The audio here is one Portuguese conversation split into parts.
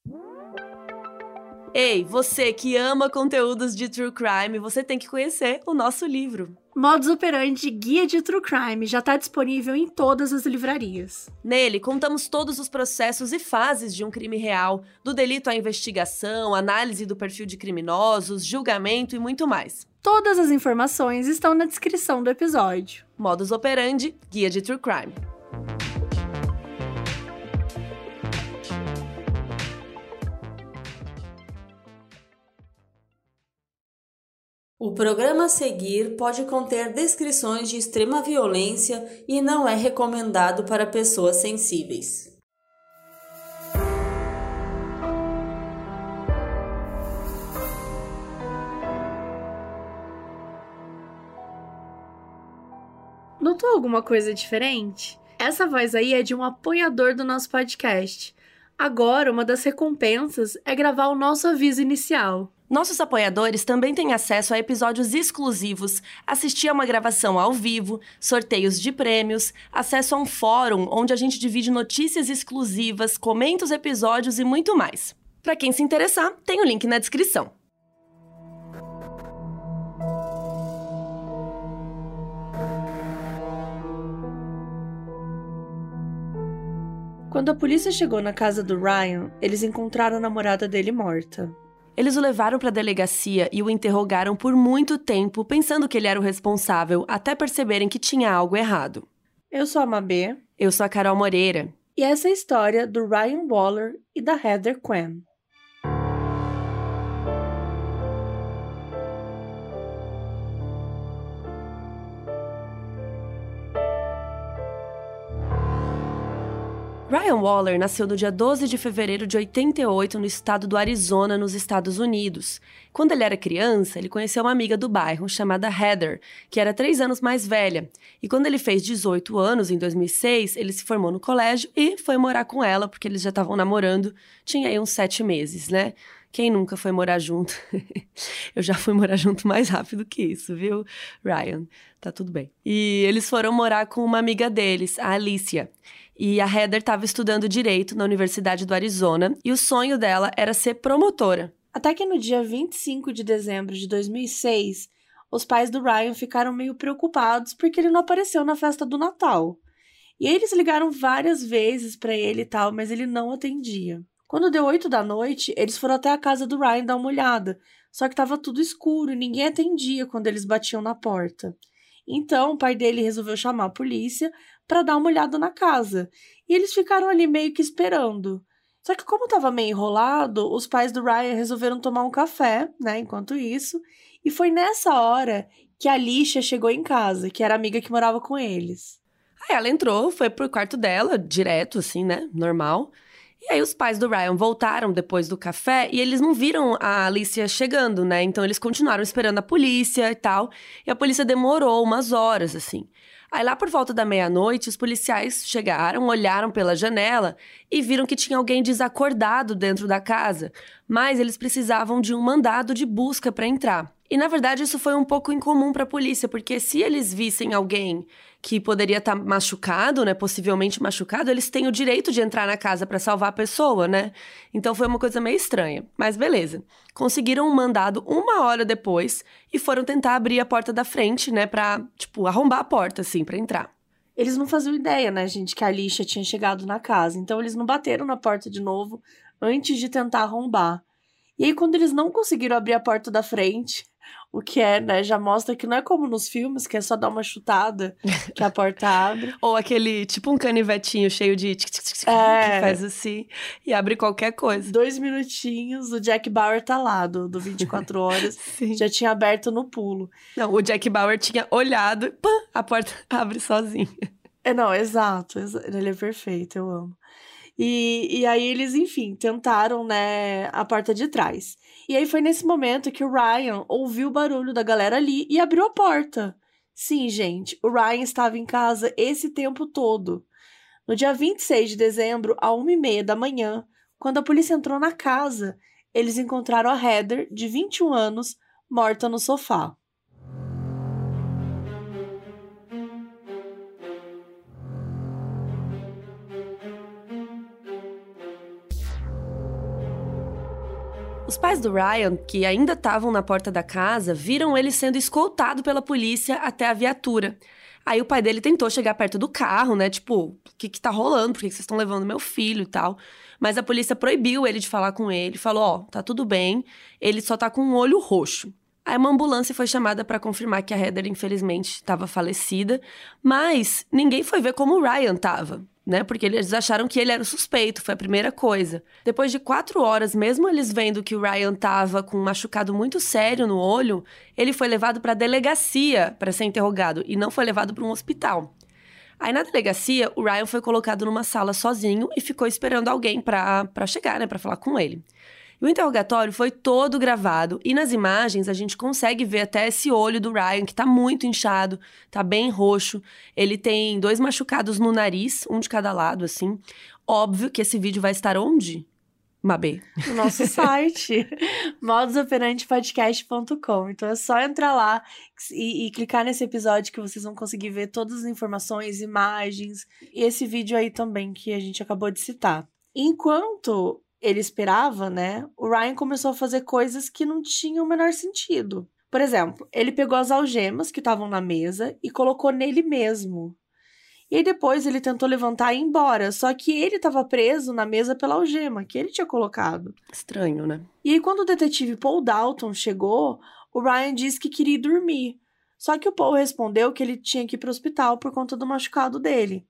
Ei, você que ama conteúdos de True Crime, você tem que conhecer o nosso livro. Modus Operandi Guia de True Crime já está disponível em todas as livrarias. Nele, contamos todos os processos e fases de um crime real, do delito à investigação, análise do perfil de criminosos, julgamento e muito mais. Todas as informações estão na descrição do episódio. Modus Operandi Guia de True Crime. O programa a seguir pode conter descrições de extrema violência e não é recomendado para pessoas sensíveis. Notou alguma coisa diferente? Essa voz aí é de um apoiador do nosso podcast. Agora, uma das recompensas é gravar o nosso aviso inicial. Nossos apoiadores também têm acesso a episódios exclusivos, assistir a uma gravação ao vivo, sorteios de prêmios, acesso a um fórum onde a gente divide notícias exclusivas, comenta os episódios e muito mais. Para quem se interessar, tem o link na descrição. Quando a polícia chegou na casa do Ryan, eles encontraram a namorada dele morta. Eles o levaram para a delegacia e o interrogaram por muito tempo, pensando que ele era o responsável, até perceberem que tinha algo errado. Eu sou a Mabê. Eu sou a Carol Moreira. E essa é a história do Ryan Waller e da Heather Quinn. Ryan Waller nasceu no dia 12 de fevereiro de 88 no estado do Arizona, nos Estados Unidos. Quando ele era criança, ele conheceu uma amiga do bairro chamada Heather, que era 3 anos mais velha. E quando ele fez 18 anos, em 2006, ele se formou no colégio e foi morar com ela, porque eles já estavam namorando, tinha aí uns 7 meses, né? Quem nunca foi morar junto? Eu já fui morar junto mais rápido que isso, viu, Ryan? Tá tudo bem. E eles foram morar com uma amiga deles, a Alicia. E a Heather estava estudando Direito na Universidade do Arizona e o sonho dela era ser promotora. Até que no dia 25 de dezembro de 2006, os pais do Ryan ficaram meio preocupados porque ele não apareceu na festa do Natal. E aí eles ligaram várias vezes para ele e tal, mas ele não atendia. Quando deu 8 da noite, eles foram até a casa do Ryan dar uma olhada, só que estava tudo escuro e ninguém atendia quando eles batiam na porta. Então, o pai dele resolveu chamar a polícia para dar uma olhada na casa. E eles ficaram ali meio que esperando. Só que como estava meio enrolado, os pais do Ryan resolveram tomar um café, né, enquanto isso. E foi nessa hora que a Alicia chegou em casa, que era a amiga que morava com eles. Aí ela entrou, foi pro quarto dela, direto assim, né, normal. E aí os pais do Ryan voltaram depois do café e eles não viram a Alicia chegando, né? Então eles continuaram esperando a polícia e tal. E a polícia demorou umas horas, assim. Aí lá por volta da meia-noite, os policiais chegaram, olharam pela janela e viram que tinha alguém desacordado dentro da casa. Mas eles precisavam de um mandado de busca para entrar. E na verdade isso foi um pouco incomum para a polícia, porque se eles vissem alguém que poderia estar machucado, né, possivelmente machucado, eles têm o direito de entrar na casa para salvar a pessoa, né? Então foi uma coisa meio estranha, mas beleza. Conseguiram um mandado 1 hora depois e foram tentar abrir a porta da frente, né, pra, arrombar a porta, assim, pra entrar. Eles não faziam ideia, né, gente, que a Alicia tinha chegado na casa, então eles não bateram na porta de novo antes de tentar arrombar. E aí, quando eles não conseguiram abrir a porta da frente, o que é, né, já mostra que não é como nos filmes, que é só dar uma chutada que a porta abre. Ou aquele, um canivetinho cheio de... que faz assim e abre qualquer coisa. 2 minutinhos, o Jack Bauer tá lá, do 24 horas, já tinha aberto no pulo. Não, o Jack Bauer tinha olhado e pã, a porta abre sozinha. Não, exato, ele é perfeito, eu amo. E aí eles, enfim, tentaram, né, a porta de trás. E aí foi nesse momento que o Ryan ouviu o barulho da galera ali e abriu a porta. Sim, gente, o Ryan estava em casa esse tempo todo. No dia 26 de dezembro, à 1h30 da manhã, quando a polícia entrou na casa, eles encontraram a Heather, de 21 anos, morta no sofá. Os pais do Ryan, que ainda estavam na porta da casa, viram ele sendo escoltado pela polícia até a viatura. Aí o pai dele tentou chegar perto do carro, né? Tipo, o que tá rolando? Por que vocês estão levando meu filho e tal? Mas a polícia proibiu ele de falar com ele. Falou, ó, tá tudo bem, ele só tá com um olho roxo. Aí uma ambulância foi chamada pra confirmar que a Heather, infelizmente, estava falecida. Mas ninguém foi ver como o Ryan tava, né? Porque eles acharam que ele era o suspeito, foi a primeira coisa. Depois de 4 horas, mesmo eles vendo que o Ryan tava com um machucado muito sério no olho, ele foi levado pra delegacia pra ser interrogado e não foi levado pra um hospital. Aí na delegacia, o Ryan foi colocado numa sala sozinho e ficou esperando alguém pra chegar, né? Pra falar com ele. E o interrogatório foi todo gravado e nas imagens a gente consegue ver até esse olho do Ryan, que tá muito inchado, tá bem roxo. Ele tem 2 machucados no nariz, um de cada lado, assim. Óbvio que esse vídeo vai estar onde, Mabê? No nosso site, modusoperantepodcast.com. Então é só entrar lá e clicar nesse episódio que vocês vão conseguir ver todas as informações, imagens e esse vídeo aí também que a gente acabou de citar. Enquanto ele esperava, né? O Ryan começou a fazer coisas que não tinham o menor sentido. Por exemplo, ele pegou as algemas que estavam na mesa e colocou nele mesmo. E aí depois ele tentou levantar e ir embora, só que ele estava preso na mesa pela algema que ele tinha colocado. Estranho, né? E aí quando o detetive Paul Dalton chegou, o Ryan disse que queria ir dormir. Só que o Paul respondeu que ele tinha que ir para o hospital por conta do machucado dele.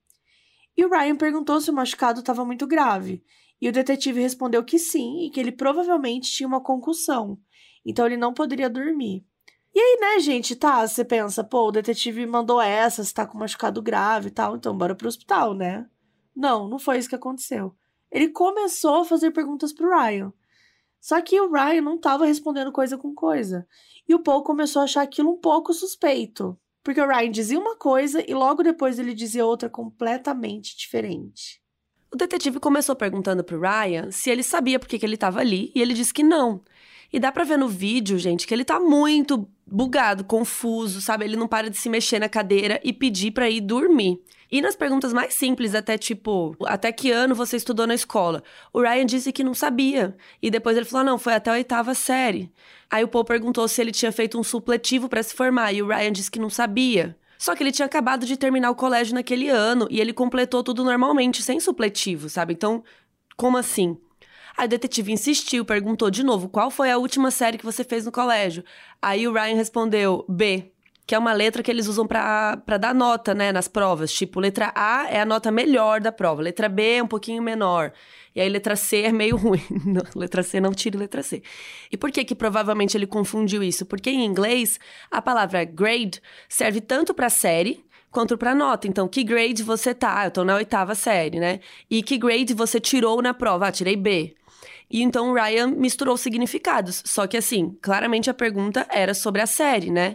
E o Ryan perguntou se o machucado estava muito grave. E o detetive respondeu que sim, e que ele provavelmente tinha uma concussão. Então ele não poderia dormir. E aí, né, gente, tá, você pensa, pô, o detetive mandou essa, você tá com machucado grave e tal, então bora pro hospital, né? Não foi isso que aconteceu. Ele começou a fazer perguntas pro Ryan. Só que o Ryan não tava respondendo coisa com coisa. E o Paul começou a achar aquilo um pouco suspeito. Porque o Ryan dizia uma coisa e logo depois ele dizia outra completamente diferente. O detetive começou perguntando pro Ryan se ele sabia por que ele tava ali, e ele disse que não. E dá pra ver no vídeo, gente, que ele tá muito bugado, confuso, sabe? Ele não para de se mexer na cadeira e pedir pra ir dormir. E nas perguntas mais simples, até tipo, até que ano você estudou na escola? O Ryan disse que não sabia. E depois ele falou, não, foi até a 8ª série. Aí o Paul perguntou se ele tinha feito um supletivo pra se formar, e o Ryan disse que não sabia. Só que ele tinha acabado de terminar o colégio naquele ano e ele completou tudo normalmente, sem supletivo, sabe? Então, como assim? Aí o detetive insistiu, perguntou de novo, qual foi a última série que você fez no colégio? Aí o Ryan respondeu, B, que é uma letra que eles usam pra dar nota, né, nas provas. Tipo, letra A é a nota melhor da prova, letra B é um pouquinho menor. E aí letra C é meio ruim. Não, letra C, não tire letra C. E por que provavelmente ele confundiu isso? Porque em inglês, a palavra grade serve tanto pra série quanto pra nota. Então, que grade você tá? Eu tô na 8ª série, né? E que grade você tirou na prova? Ah, tirei B. E então o Ryan misturou os significados. Só que assim, claramente a pergunta era sobre a série, né?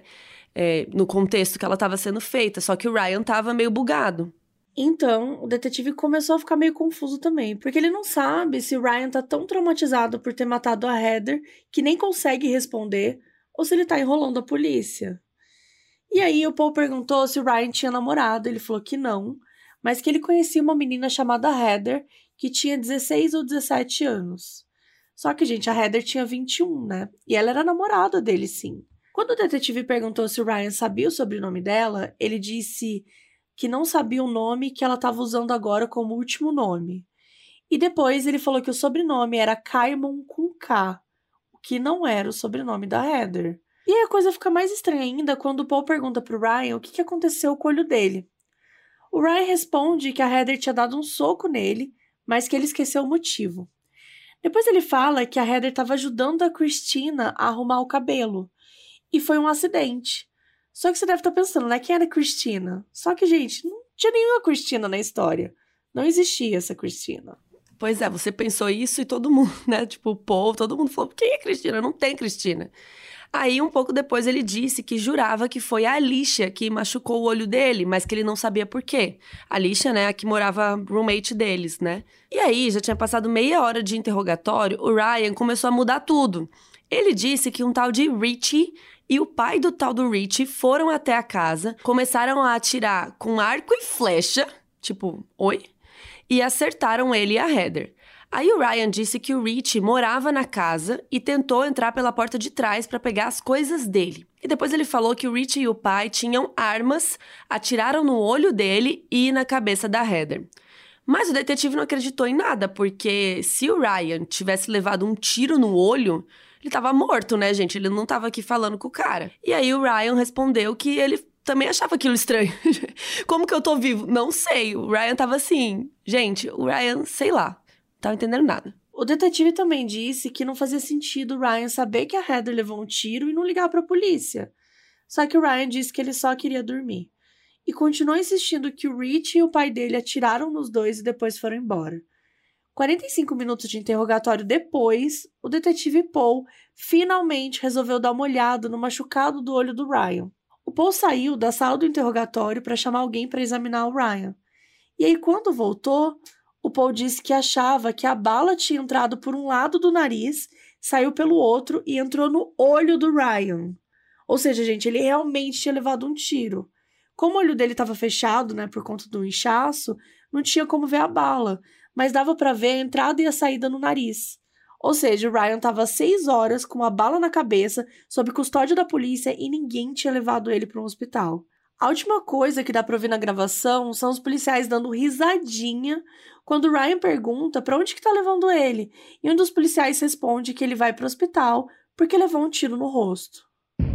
No contexto que ela estava sendo feita. Só que o Ryan tava meio bugado. Então, o detetive começou a ficar meio confuso também, porque ele não sabe se o Ryan tá tão traumatizado por ter matado a Heather que nem consegue responder, ou se ele tá enrolando a polícia. E aí o Paul perguntou se o Ryan tinha namorado, ele falou que não, mas que ele conhecia uma menina chamada Heather, que tinha 16 ou 17 anos. Só que, gente, a Heather tinha 21, né? E ela era namorada dele, sim. Quando o detetive perguntou se o Ryan sabia o sobrenome dela, ele disse que não sabia o nome que ela estava usando agora como último nome. E depois ele falou que o sobrenome era Caimon com K, o que não era o sobrenome da Heather. E aí a coisa fica mais estranha ainda quando o Paul pergunta pro Ryan o que aconteceu com o olho dele. O Ryan responde que a Heather tinha dado um soco nele, mas que ele esqueceu o motivo. Depois ele fala que a Heather estava ajudando a Christina a arrumar o cabelo. E foi um acidente. Só que você deve estar pensando, né? Quem era a Christina? Só que, gente, não tinha nenhuma Christina na história. Não existia essa Christina. Pois é, você pensou isso e todo mundo, né? Tipo, o povo, todo mundo falou, quem é Cristina? Não tem Cristina. Aí, um pouco depois, ele disse que jurava que foi a Alicia que machucou o olho dele, mas que ele não sabia por quê. A Alicia, né, a que morava roommate deles, né? E aí, já tinha passado meia hora de interrogatório, o Ryan começou a mudar tudo. Ele disse que um tal de Richie e o pai do tal do Richie foram até a casa, começaram a atirar com arco e flecha, tipo, oi? E acertaram ele e a Heather. Aí o Ryan disse que o Rich morava na casa e tentou entrar pela porta de trás para pegar as coisas dele. E depois ele falou que o Rich e o pai tinham armas, atiraram no olho dele e na cabeça da Heather. Mas o detetive não acreditou em nada, porque se o Ryan tivesse levado um tiro no olho, ele tava morto, né, gente? Ele não tava aqui falando com o cara. E aí o Ryan respondeu que ele também achava aquilo estranho. Como que eu tô vivo? Não sei. O Ryan tava assim... Gente, o Ryan, sei lá, não tava entendendo nada. O detetive também disse que não fazia sentido o Ryan saber que a Heather levou um tiro e não ligar pra polícia. Só que o Ryan disse que ele só queria dormir. E continuou insistindo que o Rich e o pai dele atiraram nos dois e depois foram embora. 45 minutos de interrogatório depois, o detetive Paul finalmente resolveu dar uma olhada no machucado do olho do Ryan. O Paul saiu da sala do interrogatório para chamar alguém para examinar o Ryan. E aí, quando voltou, o Paul disse que achava que a bala tinha entrado por um lado do nariz, saiu pelo outro e entrou no olho do Ryan. Ou seja, gente, ele realmente tinha levado um tiro. Como o olho dele estava fechado, né, por conta do inchaço, não tinha como ver a bala, mas dava para ver a entrada e a saída no nariz. Ou seja, o Ryan estava 6 horas com uma bala na cabeça, sob custódia da polícia e ninguém tinha levado ele para um hospital. A última coisa que dá para ouvir na gravação são os policiais dando risadinha quando o Ryan pergunta para onde que tá levando ele, e um dos policiais responde que ele vai para o hospital porque levou um tiro no rosto.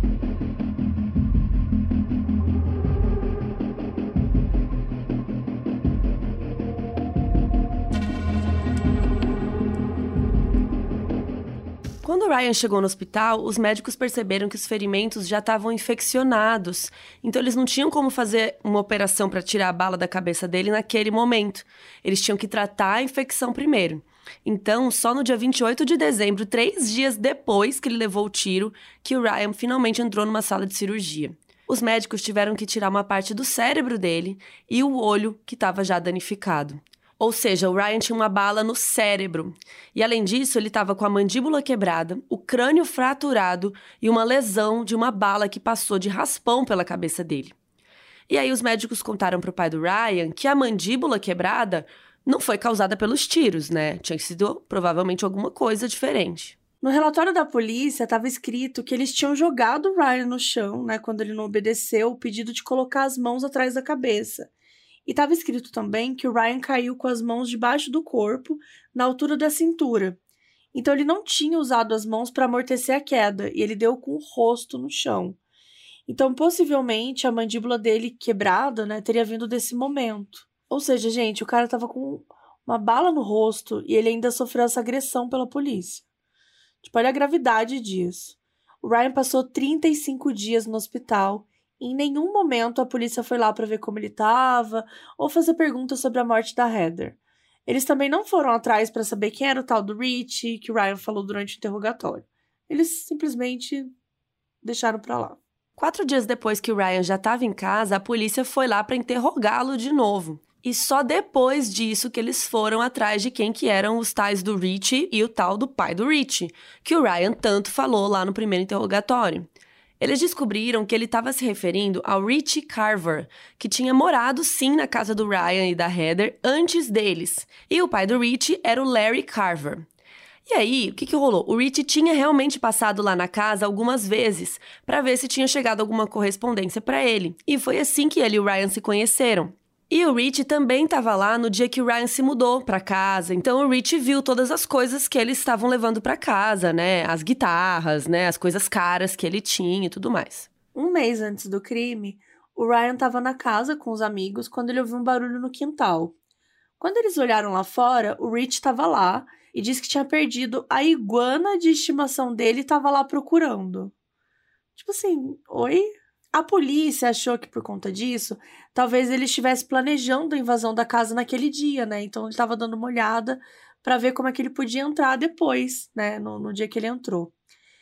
Quando o Ryan chegou no hospital, os médicos perceberam que os ferimentos já estavam infeccionados. Então, eles não tinham como fazer uma operação para tirar a bala da cabeça dele naquele momento. Eles tinham que tratar a infecção primeiro. Então, só no dia 28 de dezembro, 3 dias depois que ele levou o tiro, que o Ryan finalmente entrou numa sala de cirurgia. Os médicos tiveram que tirar uma parte do cérebro dele e o olho, que estava já danificado. Ou seja, o Ryan tinha uma bala no cérebro. E além disso, ele estava com a mandíbula quebrada, o crânio fraturado e uma lesão de uma bala que passou de raspão pela cabeça dele. E aí os médicos contaram para o pai do Ryan que a mandíbula quebrada não foi causada pelos tiros, né? Tinha sido provavelmente alguma coisa diferente. No relatório da polícia estava escrito que eles tinham jogado o Ryan no chão, né, quando ele não obedeceu o pedido de colocar as mãos atrás da cabeça. E estava escrito também que o Ryan caiu com as mãos debaixo do corpo, na altura da cintura. Então ele não tinha usado as mãos para amortecer a queda, e ele deu com o rosto no chão. Então, possivelmente, a mandíbula dele quebrada, né, teria vindo desse momento. Ou seja, gente, o cara estava com uma bala no rosto e ele ainda sofreu essa agressão pela polícia. Tipo, olha a gravidade disso. O Ryan passou 35 dias no hospital. Em nenhum momento a polícia foi lá para ver como ele estava ou fazer perguntas sobre a morte da Heather. Eles também não foram atrás para saber quem era o tal do Rich, que o Ryan falou durante o interrogatório. Eles simplesmente deixaram para lá. 4 dias depois que o Ryan já estava em casa, a polícia foi lá para interrogá-lo de novo. E só depois disso que eles foram atrás de quem que eram os tais do Rich e o tal do pai do Rich, que o Ryan tanto falou lá no primeiro interrogatório. Eles descobriram que ele estava se referindo ao Rich Carver, que tinha morado sim na casa do Ryan e da Heather antes deles. E o pai do Rich era o Larry Carver. E aí, o que rolou? O Rich tinha realmente passado lá na casa algumas vezes para ver se tinha chegado alguma correspondência para ele. E foi assim que ele e o Ryan se conheceram. E o Rich também estava lá no dia que o Ryan se mudou para casa. Então o Rich viu todas as coisas que eles estavam levando para casa, né? As guitarras, né? As coisas caras que ele tinha e tudo mais. Um mês antes do crime, o Ryan estava na casa com os amigos quando ele ouviu um barulho no quintal. Quando eles olharam lá fora, o Rich estava lá e disse que tinha perdido a iguana de estimação dele e estava lá procurando. Tipo assim, oi? A polícia achou que por conta disso, talvez ele estivesse planejando a invasão da casa naquele dia, né? Então ele estava dando uma olhada para ver como é que ele podia entrar depois, né? No dia que ele entrou.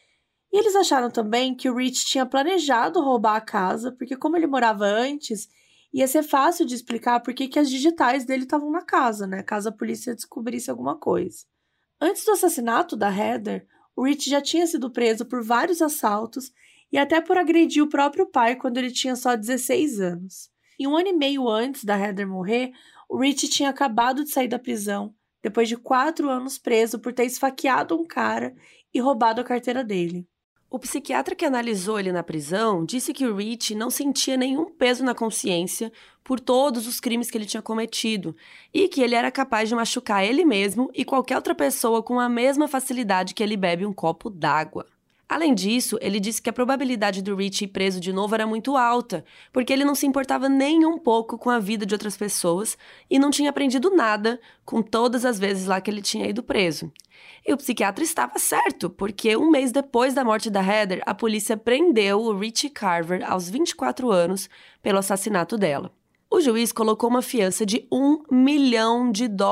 E eles acharam também que o Rich tinha planejado roubar a casa, porque como ele morava antes, ia ser fácil de explicar por que as digitais dele estavam na casa, né? Caso a polícia descobrisse alguma coisa. Antes do assassinato da Heather, o Rich já tinha sido preso por vários assaltos e até por agredir o próprio pai quando ele tinha só 16 anos. E 1 ano e meio antes da Heather morrer, o Rich tinha acabado de sair da prisão, depois de 4 anos preso por ter esfaqueado um cara e roubado a carteira dele. O psiquiatra que analisou ele na prisão disse que o Rich não sentia nenhum peso na consciência por todos os crimes que ele tinha cometido e que ele era capaz de machucar ele mesmo e qualquer outra pessoa com a mesma facilidade que ele bebe um copo d'água. Além disso, ele disse que a probabilidade do Rich ir preso de novo era muito alta, porque ele não se importava nem um pouco com a vida de outras pessoas e não tinha aprendido nada com todas as vezes lá que ele tinha ido preso. E o psiquiatra estava certo, porque um mês depois da morte da Heather, a polícia prendeu o Richie Carver aos 24 anos pelo assassinato dela. O juiz colocou uma fiança de $1 milhão.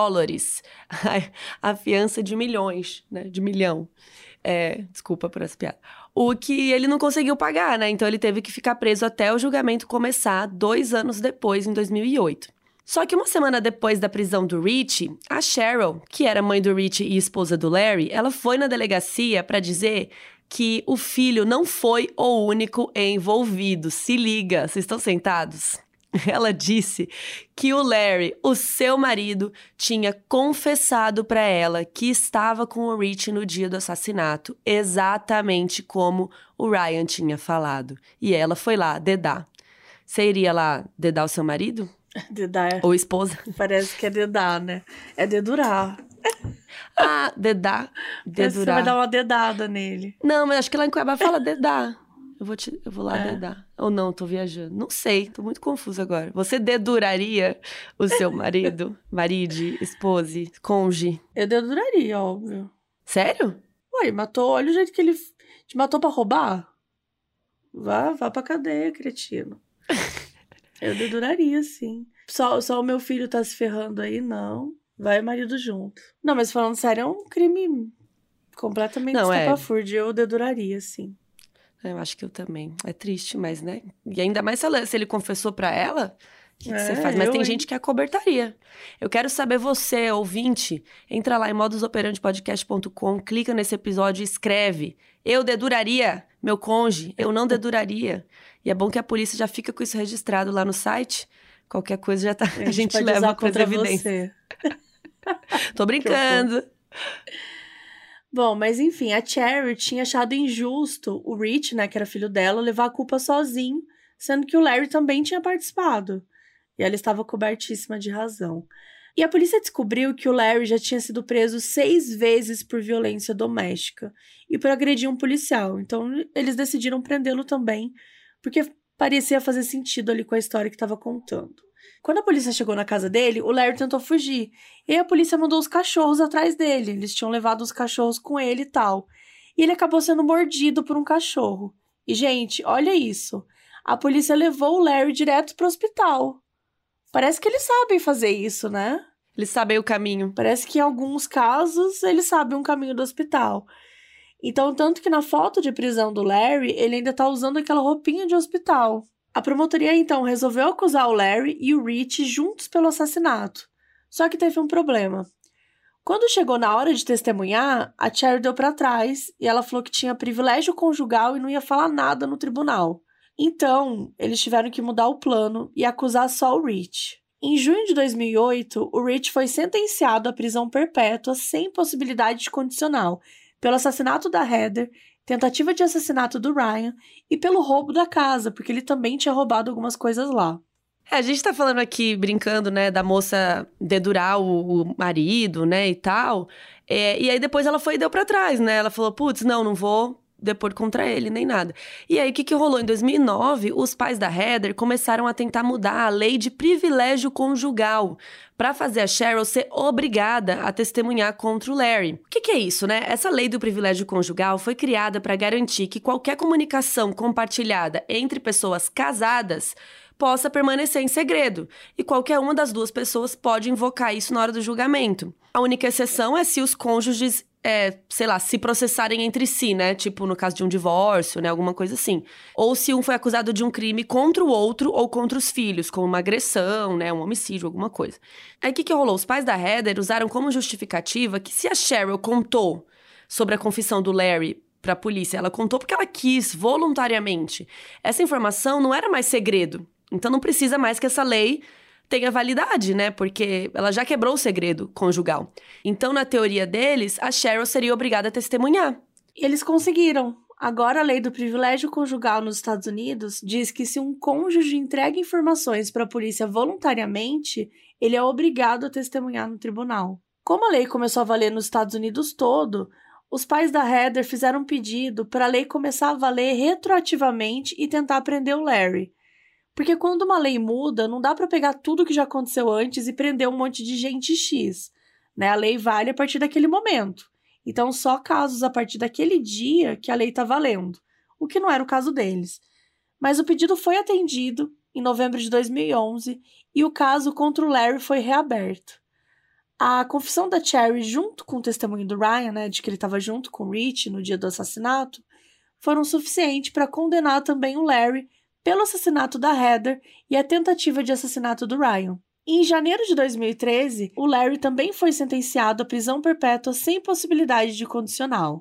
A fiança de milhões, né? De milhão. Desculpa por essa piada. O que ele não conseguiu pagar, né? Então ele teve que ficar preso até o julgamento começar 2 anos depois, em 2008. Só que uma semana depois da prisão do Richie, a Cheryl, que era mãe do Richie e esposa do Larry, ela foi na delegacia para dizer que o filho não foi o único envolvido. Se liga, vocês estão sentados? Ela disse que o Larry, o seu marido, tinha confessado para ela que estava com o Richie no dia do assassinato, exatamente como o Ryan tinha falado. E ela foi lá dedar. Você iria lá dedar o seu marido? Dedar. Ou esposa? Parece que é dedar, né? É dedurar. Ah, dedar. Dedurar. Você vai dar uma dedada nele. Não, mas acho que lá em Cuiabá fala dedar. Eu vou lá dedar. Ou não, tô viajando. Não sei, tô muito confusa agora. Você deduraria o seu marido? Maride, esposa, cônjuge? Eu deduraria, óbvio. Sério? Ué, matou, olha o jeito que ele te matou pra roubar. Vá pra cadeia, cretino. Eu deduraria, sim. Só o meu filho tá se ferrando aí, não. Vai marido junto. Não, mas falando sério, é um crime completamente estapafúrdio. Eu deduraria, sim. Eu acho que eu também. É triste, mas, né? E ainda mais se ele confessou pra ela, o que você faz? Mas tem gente que acobertaria. Eu quero saber você, ouvinte, entra lá em modusoperandipodcast.com, clica nesse episódio e escreve. Eu deduraria meu cônjuge, eu não deduraria. E é bom que a polícia já fica com isso registrado lá no site. Qualquer coisa já tá. A gente leva para as evidências. Tô brincando. Bom, mas enfim, a Cherry tinha achado injusto o Rich, né, que era filho dela, levar a culpa sozinho, sendo que o Larry também tinha participado. E ela estava cobertíssima de razão. E a polícia descobriu que o Larry já tinha sido preso 6 vezes por violência doméstica e por agredir um policial. Então, eles decidiram prendê-lo também, porque parecia fazer sentido ali com a história que estava contando. Quando a polícia chegou na casa dele, o Larry tentou fugir. E aí a polícia mandou os cachorros atrás dele. Eles tinham levado os cachorros com ele e tal. E ele acabou sendo mordido por um cachorro. E, gente, olha isso. A polícia levou o Larry direto para o hospital. Parece que eles sabem fazer isso, né? Eles sabem o caminho. Parece que em alguns casos eles sabem o caminho do hospital. Então, tanto que na foto de prisão do Larry, ele ainda tá usando aquela roupinha de hospital. A promotoria, então, resolveu acusar o Larry e o Rich juntos pelo assassinato. Só que teve um problema. Quando chegou na hora de testemunhar, a Cherry deu pra trás e ela falou que tinha privilégio conjugal e não ia falar nada no tribunal. Então, eles tiveram que mudar o plano e acusar só o Rich. Em junho de 2008, o Rich foi sentenciado à prisão perpétua sem possibilidade de condicional pelo assassinato da Heather, tentativa de assassinato do Ryan e pelo roubo da casa, porque ele também tinha roubado algumas coisas lá. A gente tá falando aqui, brincando, né, da moça dedurar o marido, né, e tal. E aí depois ela foi e deu pra trás, né? Ela falou, putz, não vou depor contra ele, nem nada. E aí, o que rolou? Em 2009, os pais da Heather começaram a tentar mudar a lei de privilégio conjugal para fazer a Cheryl ser obrigada a testemunhar contra o Larry. O que é isso, né? Essa lei do privilégio conjugal foi criada para garantir que qualquer comunicação compartilhada entre pessoas casadas possa permanecer em segredo, e qualquer uma das duas pessoas pode invocar isso na hora do julgamento. A única exceção é se os cônjuges se processarem entre si, né? Tipo, no caso de um divórcio, né? Alguma coisa assim. Ou se um foi acusado de um crime contra o outro ou contra os filhos, como uma agressão, né? Um homicídio, alguma coisa. Aí, o que rolou? Os pais da Heather usaram como justificativa que se a Cheryl contou sobre a confissão do Larry para a polícia, ela contou porque ela quis, voluntariamente. Essa informação não era mais segredo. Então, não precisa mais que essa lei tenha validade, né? Porque ela já quebrou o segredo conjugal. Então, na teoria deles, a Cheryl seria obrigada a testemunhar. E eles conseguiram. Agora, a lei do privilégio conjugal nos Estados Unidos diz que se um cônjuge entrega informações para a polícia voluntariamente, ele é obrigado a testemunhar no tribunal. Como a lei começou a valer nos Estados Unidos todo, os pais da Heather fizeram um pedido para a lei começar a valer retroativamente e tentar prender o Larry. Porque quando uma lei muda, não dá para pegar tudo que já aconteceu antes e prender um monte de gente X, né? A lei vale a partir daquele momento. Então, só casos a partir daquele dia que a lei está valendo, o que não era o caso deles. Mas o pedido foi atendido em novembro de 2011 e o caso contra o Larry foi reaberto. A confissão da Cherry junto com o testemunho do Ryan, né, de que ele estava junto com o Rich no dia do assassinato, foram suficientes para condenar também o Larry pelo assassinato da Heather e a tentativa de assassinato do Ryan. E em janeiro de 2013, o Larry também foi sentenciado à prisão perpétua sem possibilidade de condicional.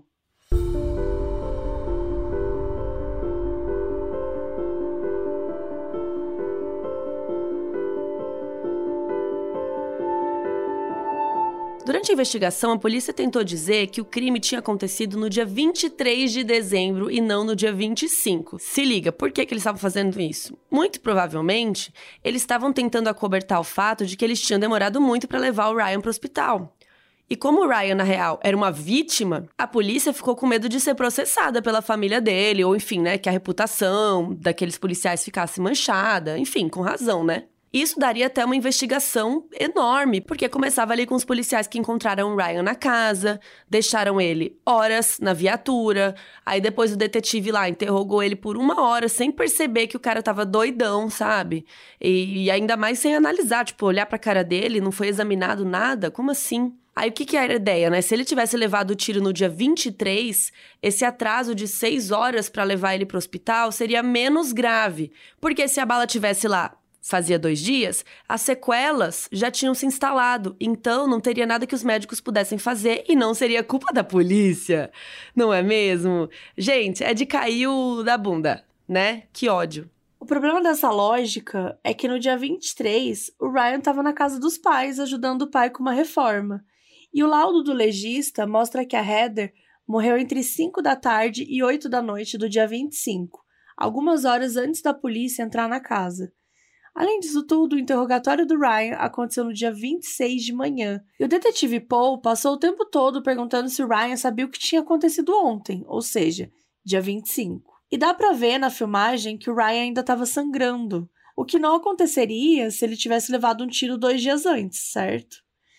Durante a investigação, a polícia tentou dizer que o crime tinha acontecido no dia 23 de dezembro e não no dia 25. Se liga, por que eles estavam fazendo isso? Muito provavelmente, eles estavam tentando acobertar o fato de que eles tinham demorado muito para levar o Ryan para o hospital. E como o Ryan, na real, era uma vítima, a polícia ficou com medo de ser processada pela família dele, ou enfim, né, que a reputação daqueles policiais ficasse manchada, enfim, com razão, né? Isso daria até uma investigação enorme, porque começava ali com os policiais que encontraram o Ryan na casa, deixaram ele horas na viatura, aí depois o detetive lá interrogou ele por 1 hora sem perceber que o cara tava doidão, sabe? E ainda mais sem analisar, tipo, olhar pra cara dele, não foi examinado nada, como assim? Aí o que era a ideia, né? Se ele tivesse levado o tiro no dia 23, esse atraso de 6 horas pra levar ele pro hospital seria menos grave, porque se a bala tivesse lá fazia 2 dias, as sequelas já tinham se instalado, então não teria nada que os médicos pudessem fazer e não seria culpa da polícia, não é mesmo? Gente, é de cair da bunda, né? Que ódio. O problema dessa lógica é que no dia 23, o Ryan estava na casa dos pais, ajudando o pai com uma reforma. E o laudo do legista mostra que a Heather morreu entre 5 da tarde e 8 da noite do dia 25, algumas horas antes da polícia entrar na casa. Além disso tudo, o interrogatório do Ryan aconteceu no dia 26 de manhã. E o detetive Paul passou o tempo todo perguntando se o Ryan sabia o que tinha acontecido ontem, ou seja, dia 25. E dá pra ver na filmagem que o Ryan ainda estava sangrando, o que não aconteceria se ele tivesse levado um tiro 2 dias antes, certo?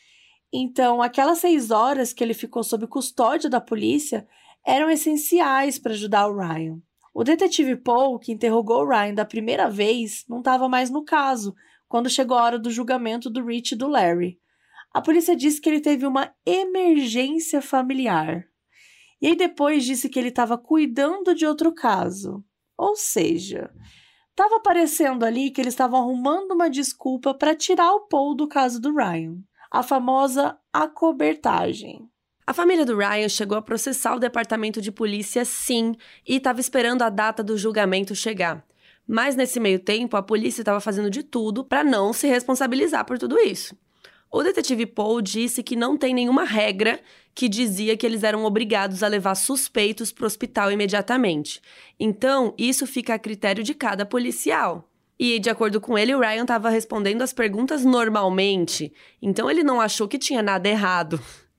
Então, aquelas 6 horas que ele ficou sob custódia da polícia eram essenciais para ajudar o Ryan. O detetive Paul, que interrogou o Ryan da primeira vez, não estava mais no caso, quando chegou a hora do julgamento do Rich e do Larry. A polícia disse que ele teve uma emergência familiar. E aí depois disse que ele estava cuidando de outro caso. Ou seja, estava parecendo ali que eles estavam arrumando uma desculpa para tirar o Paul do caso do Ryan. A famosa acobertagem. A família do Ryan chegou a processar o departamento de polícia, sim, e estava esperando a data do julgamento chegar. Mas nesse meio tempo, a polícia estava fazendo de tudo para não se responsabilizar por tudo isso. O detetive Paul disse que não tem nenhuma regra que dizia que eles eram obrigados a levar suspeitos para o hospital imediatamente. Então, isso fica a critério de cada policial. E, de acordo com ele, o Ryan estava respondendo as perguntas normalmente. Então, ele não achou que tinha nada errado.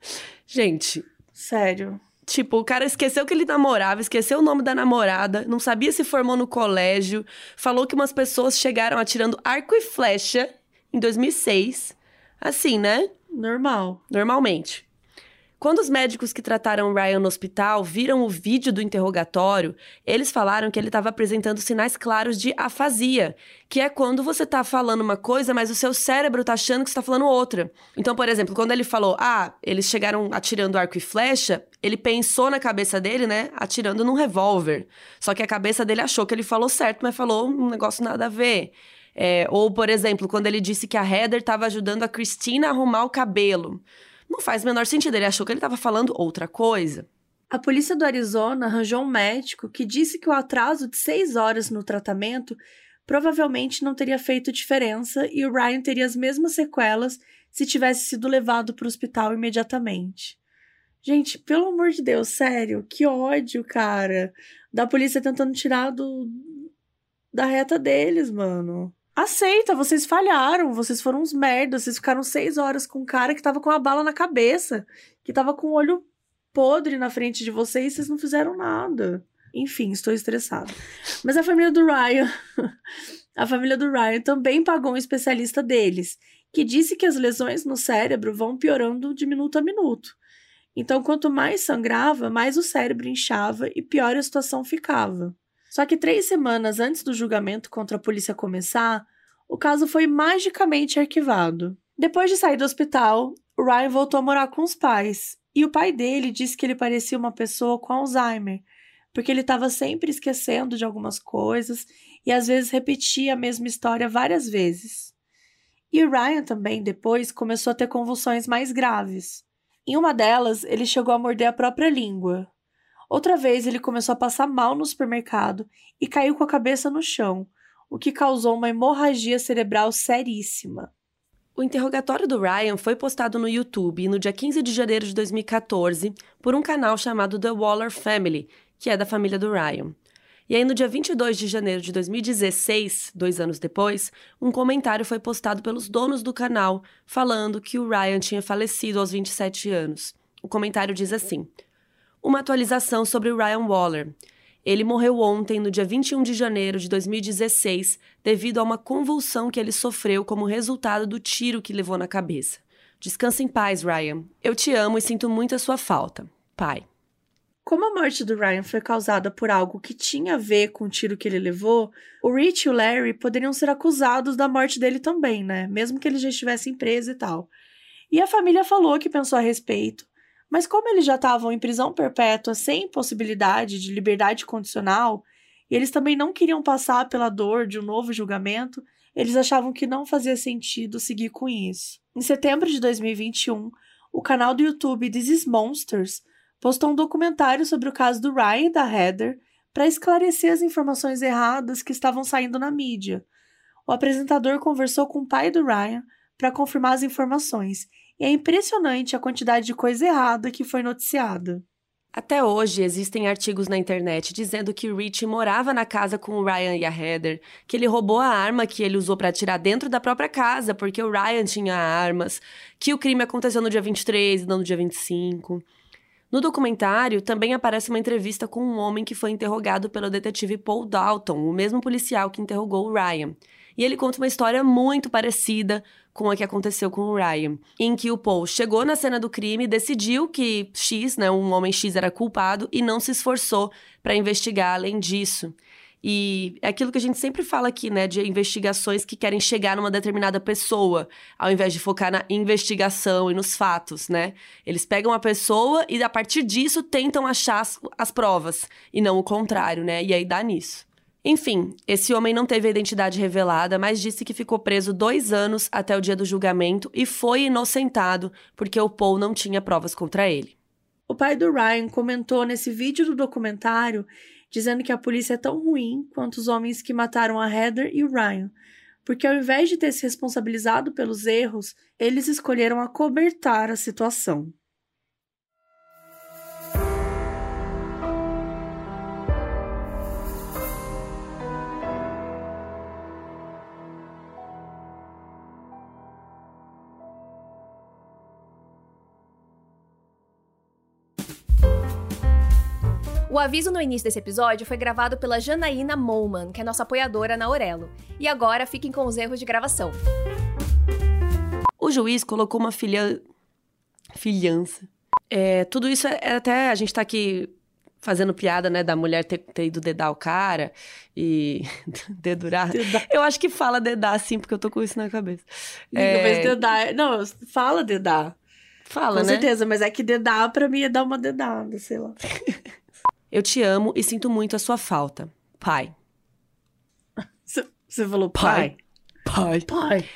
Gente, sério. Tipo, o cara esqueceu que ele namorava, esqueceu o nome da namorada, não sabia se formou no colégio, falou que umas pessoas chegaram atirando arco e flecha em 2006. Assim, né? Normalmente. Quando os médicos que trataram o Ryan no hospital viram o vídeo do interrogatório, eles falaram que ele estava apresentando sinais claros de afasia, que é quando você tá falando uma coisa, mas o seu cérebro tá achando que você tá falando outra. Então, por exemplo, quando ele falou, eles chegaram atirando arco e flecha, ele pensou na cabeça dele, né, atirando num revólver. Só que a cabeça dele achou que ele falou certo, mas falou um negócio nada a ver. Ou, por exemplo, quando ele disse que a Heather estava ajudando a Christina a arrumar o cabelo. Não faz o menor sentido, ele achou que ele estava falando outra coisa. A polícia do Arizona arranjou um médico que disse que o atraso de 6 horas no tratamento provavelmente não teria feito diferença e o Ryan teria as mesmas sequelas se tivesse sido levado para o hospital imediatamente. Gente, pelo amor de Deus, sério, que ódio, cara, da polícia tentando tirar da reta deles, mano. Aceita, vocês falharam, vocês foram uns merdas, vocês ficaram 6 horas com um cara que tava com uma bala na cabeça, que tava com o olho podre na frente de vocês, vocês não fizeram nada. Enfim, estou estressada. Mas a família do Ryan também pagou um especialista deles, que disse que as lesões no cérebro vão piorando de minuto a minuto. Então, quanto mais sangrava, mais o cérebro inchava e pior a situação ficava. Só que 3 semanas antes do julgamento contra a polícia começar, o caso foi magicamente arquivado. Depois de sair do hospital, o Ryan voltou a morar com os pais, e o pai dele disse que ele parecia uma pessoa com Alzheimer, porque ele estava sempre esquecendo de algumas coisas e às vezes repetia a mesma história várias vezes. E o Ryan também, depois, começou a ter convulsões mais graves. Em uma delas, ele chegou a morder a própria língua. Outra vez, ele começou a passar mal no supermercado e caiu com a cabeça no chão, o que causou uma hemorragia cerebral seríssima. O interrogatório do Ryan foi postado no YouTube no dia 15 de janeiro de 2014 por um canal chamado The Waller Family, que é da família do Ryan. E aí, no dia 22 de janeiro de 2016, 2 anos depois, um comentário foi postado pelos donos do canal, falando que o Ryan tinha falecido aos 27 anos. O comentário diz assim: uma atualização sobre o Ryan Waller. Ele morreu ontem, no dia 21 de janeiro de 2016, devido a uma convulsão que ele sofreu como resultado do tiro que levou na cabeça. Descansa em paz, Ryan. Eu te amo e sinto muito a sua falta. Pai. Como a morte do Ryan foi causada por algo que tinha a ver com o tiro que ele levou, o Rich e o Larry poderiam ser acusados da morte dele também, né? Mesmo que eles já estivessem presos e tal. E a família falou que pensou a respeito, mas como eles já estavam em prisão perpétua sem possibilidade de liberdade condicional, e eles também não queriam passar pela dor de um novo julgamento, eles achavam que não fazia sentido seguir com isso. Em setembro de 2021, o canal do YouTube This Is Monsters postou um documentário sobre o caso do Ryan e da Heather para esclarecer as informações erradas que estavam saindo na mídia. O apresentador conversou com o pai do Ryan para confirmar as informações, e é impressionante a quantidade de coisa errada que foi noticiada. Até hoje, existem artigos na internet dizendo que o Rich morava na casa com o Ryan e a Heather, que ele roubou a arma que ele usou para atirar dentro da própria casa, porque o Ryan tinha armas, que o crime aconteceu no dia 23 e não no dia 25. No documentário, também aparece uma entrevista com um homem que foi interrogado pelo detetive Paul Dalton, o mesmo policial que interrogou o Ryan. E ele conta uma história muito parecida com a que aconteceu com o Ryan, em que o Paul chegou na cena do crime e decidiu que X, um homem X, era culpado e não se esforçou para investigar além disso. E é aquilo que a gente sempre fala aqui, de investigações que querem chegar numa determinada pessoa, ao invés de focar na investigação e nos fatos, Eles pegam a pessoa e, a partir disso, tentam achar as provas, e não o contrário, E aí dá nisso. Enfim, esse homem não teve a identidade revelada, mas disse que ficou preso 2 anos até o dia do julgamento e foi inocentado porque o Paul não tinha provas contra ele. O pai do Ryan comentou nesse vídeo do documentário dizendo que a polícia é tão ruim quanto os homens que mataram a Heather e o Ryan, porque ao invés de ter se responsabilizado pelos erros, eles escolheram acobertar a situação. O aviso no início desse episódio foi gravado pela Janaína Mollman, que é nossa apoiadora na Aurelo. E agora fiquem com os erros de gravação. O juiz colocou uma filhança. Tudo isso até a gente tá aqui fazendo piada, da mulher ter ido dedar o cara e dedurar. Eu acho que fala dedar, sim, porque eu tô com isso na cabeça. Mas dedar... Não, fala dedar. Fala, com certeza, mas é que dedar pra mim é dar uma dedada, sei lá. Eu te amo e sinto muito a sua falta. Pai. Você falou pai? Pai.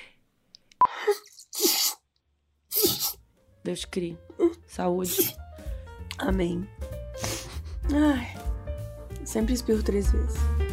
Deus te crie. Saúde. Amém. Ai, sempre espirro 3 vezes.